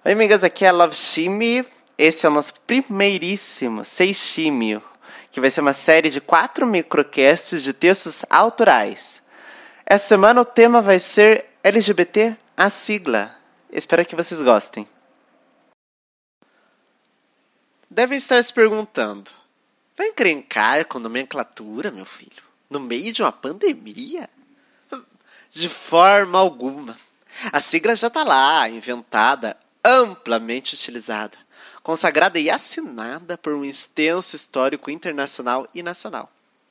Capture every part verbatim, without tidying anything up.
Oi, amigas, aqui é a Love Shimmy. Esse é o nosso primeiríssimo Seishimio, que vai ser uma série de quatro microcasts de textos autorais. Essa semana o tema vai ser L G B T, a sigla. Espero que vocês gostem. Devem estar se perguntando: vai encrencar com nomenclatura, meu filho? No meio de uma pandemia? De forma alguma. A sigla já está lá, inventada, amplamente utilizada, consagrada e assinada por um extenso histórico internacional e nacional.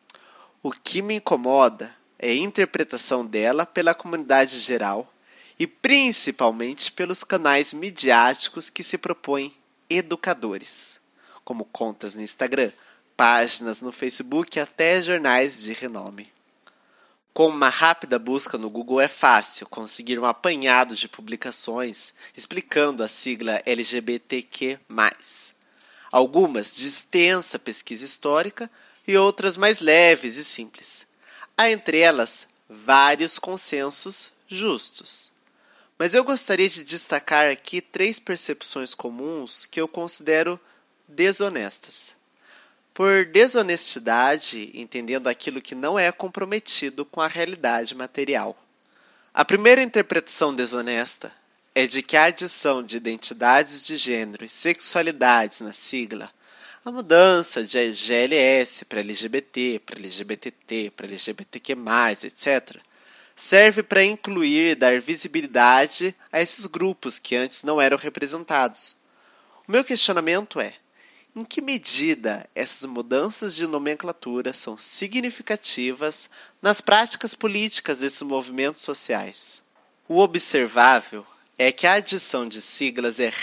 O que me incomoda é a interpretação dela pela comunidade geral e principalmente pelos canais midiáticos que se propõem educadores, como contas no Instagram, páginas no Facebook e até jornais de renome. Com uma rápida busca no Google é fácil conseguir um apanhado de publicações explicando a sigla L G B T Q mais. Algumas de extensa pesquisa histórica e outras mais leves e simples. Há entre elas vários consensos justos. Mas eu gostaria de destacar aqui três percepções comuns que eu considero desonestas. Por desonestidade, entendendo aquilo que não é comprometido com a realidade material. A primeira interpretação desonesta é de que a adição de identidades de gênero e sexualidades na sigla, a mudança de G L S para L G B T, para L G B T T, para L G B T Q mais, etcétera, serve para incluir e dar visibilidade a esses grupos que antes não eram representados. O meu questionamento é: em que medida essas mudanças de nomenclatura são significativas nas práticas políticas desses movimentos sociais? O observável é que a adição de siglas é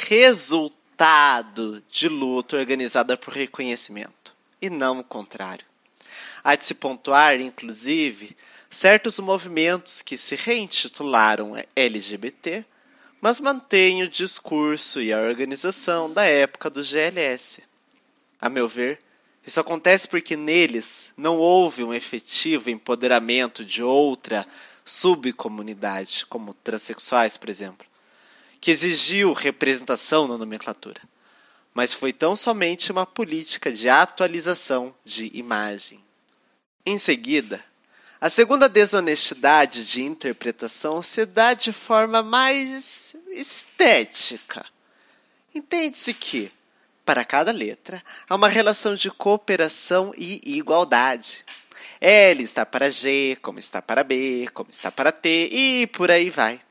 resultado de luta organizada por reconhecimento, e não o contrário. Há de se pontuar, inclusive, certos movimentos que se reintitularam L G B T, mas mantêm o discurso e a organização da época do G L S. A meu ver, isso acontece porque neles não houve um efetivo empoderamento de outra subcomunidade, como transexuais, por exemplo, que exigiu representação na nomenclatura, mas foi tão somente uma política de atualização de imagem. Em seguida, a segunda desonestidade de interpretação se dá de forma mais estética. Entende-se que, para cada letra, há uma relação de cooperação e igualdade. L está para G, como está para B, como está para T, e por aí vai.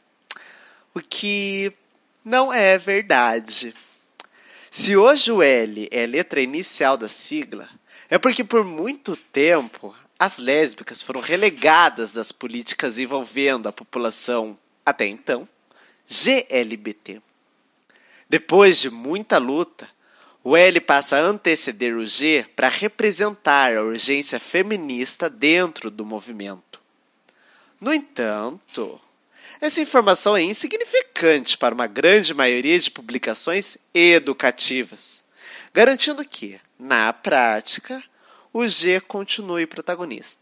O que não é verdade. Se hoje o L é a letra inicial da sigla, é porque por muito tempo as lésbicas foram relegadas das políticas envolvendo a população, até então, G L B T. Depois de muita luta, o L passa a anteceder o G para representar a urgência feminista dentro do movimento. No entanto, essa informação é insignificante para uma grande maioria de publicações educativas, garantindo que, na prática, o G continue protagonista.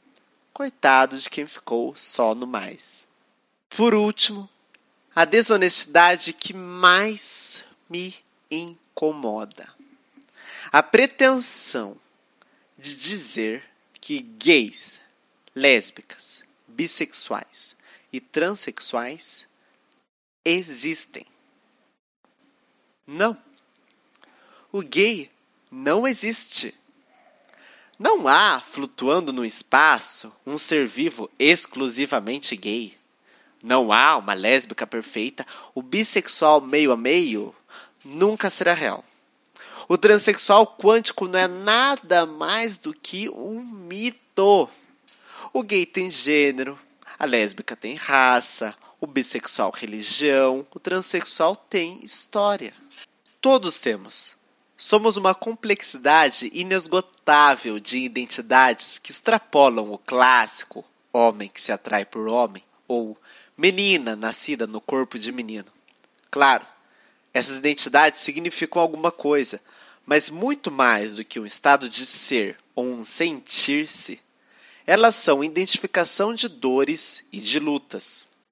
Coitado de quem ficou só no mais. Por último, a desonestidade que mais me incomoda. A pretensão de dizer que gays, lésbicas, bissexuais e transexuais existem. Não. O gay não existe. Não há, flutuando no espaço, um ser vivo exclusivamente gay. Não há uma lésbica perfeita. O bissexual meio a meio nunca será real. O transexual quântico não é nada mais do que um mito. O gay tem gênero, a lésbica tem raça, o bissexual religião, o transexual tem história. Todos temos. Somos uma complexidade inesgotável de identidades que extrapolam o clássico homem que se atrai por homem ou menina nascida no corpo de menino. Claro, essas identidades significam alguma coisa, mas muito mais do que um estado de ser ou um sentir-se, elas são identificação de dores e de lutas.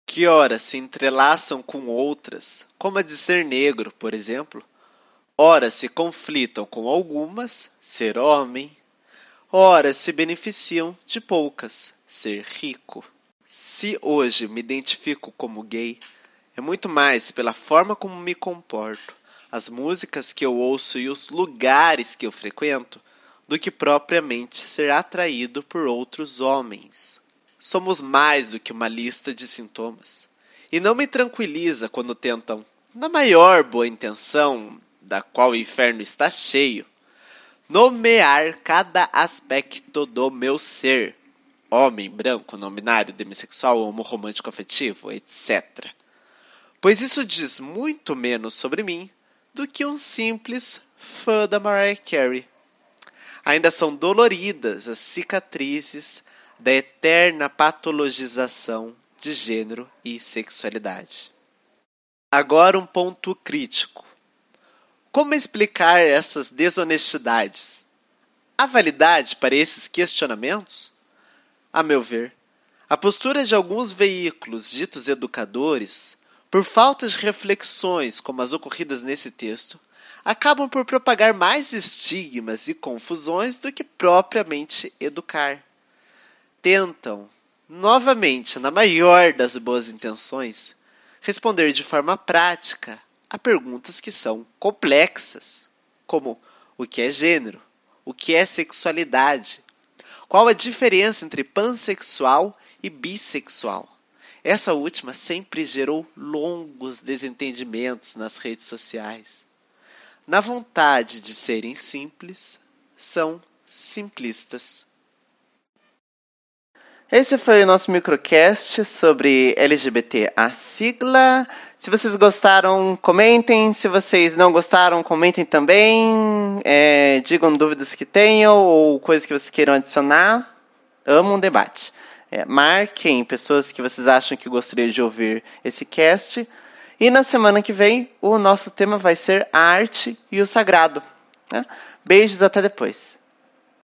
que ora se entrelaçam com outras, como a de ser negro, por exemplo, ora se conflitam com algumas, ser homem, ora se beneficiam de poucas, ser rico. Se hoje me identifico como gay, é muito mais pela forma como me comporto, as músicas que eu ouço e os lugares que eu frequento, do que propriamente ser atraído por outros homens. Somos mais do que uma lista de sintomas. E não me tranquiliza quando tentam, na maior boa intenção, da qual o inferno está cheio, nomear cada aspecto do meu ser. Homem, branco, não binário, demissexual, homorromântico afetivo, etcétera. Pois isso diz muito menos sobre mim do que um simples fã da Mariah Carey. Ainda são doloridas as cicatrizes da eterna patologização de gênero e sexualidade. Agora um ponto crítico. Como explicar essas desonestidades? Há validade para esses questionamentos? A meu ver, a postura de alguns veículos ditos educadores, por falta de reflexões como as ocorridas nesse texto, acabam por propagar mais estigmas e confusões do que propriamente educar. Tentam, novamente, na maior das boas intenções, responder de forma prática a perguntas que são complexas, como o que é gênero, o que é sexualidade, qual a diferença entre pansexual e bissexual. Essa última sempre gerou longos desentendimentos nas redes sociais. Na vontade de serem simples, são simplistas. Esse foi o nosso microcast sobre L G B T, a sigla. Se vocês gostaram, comentem. Se vocês não gostaram, comentem também. É, digam dúvidas que tenham ou coisas que vocês queiram adicionar. Amo um debate. É, marquem pessoas que vocês acham que gostariam de ouvir esse cast. E na semana que vem, o nosso tema vai ser a arte e o sagrado. Né? Beijos, até depois.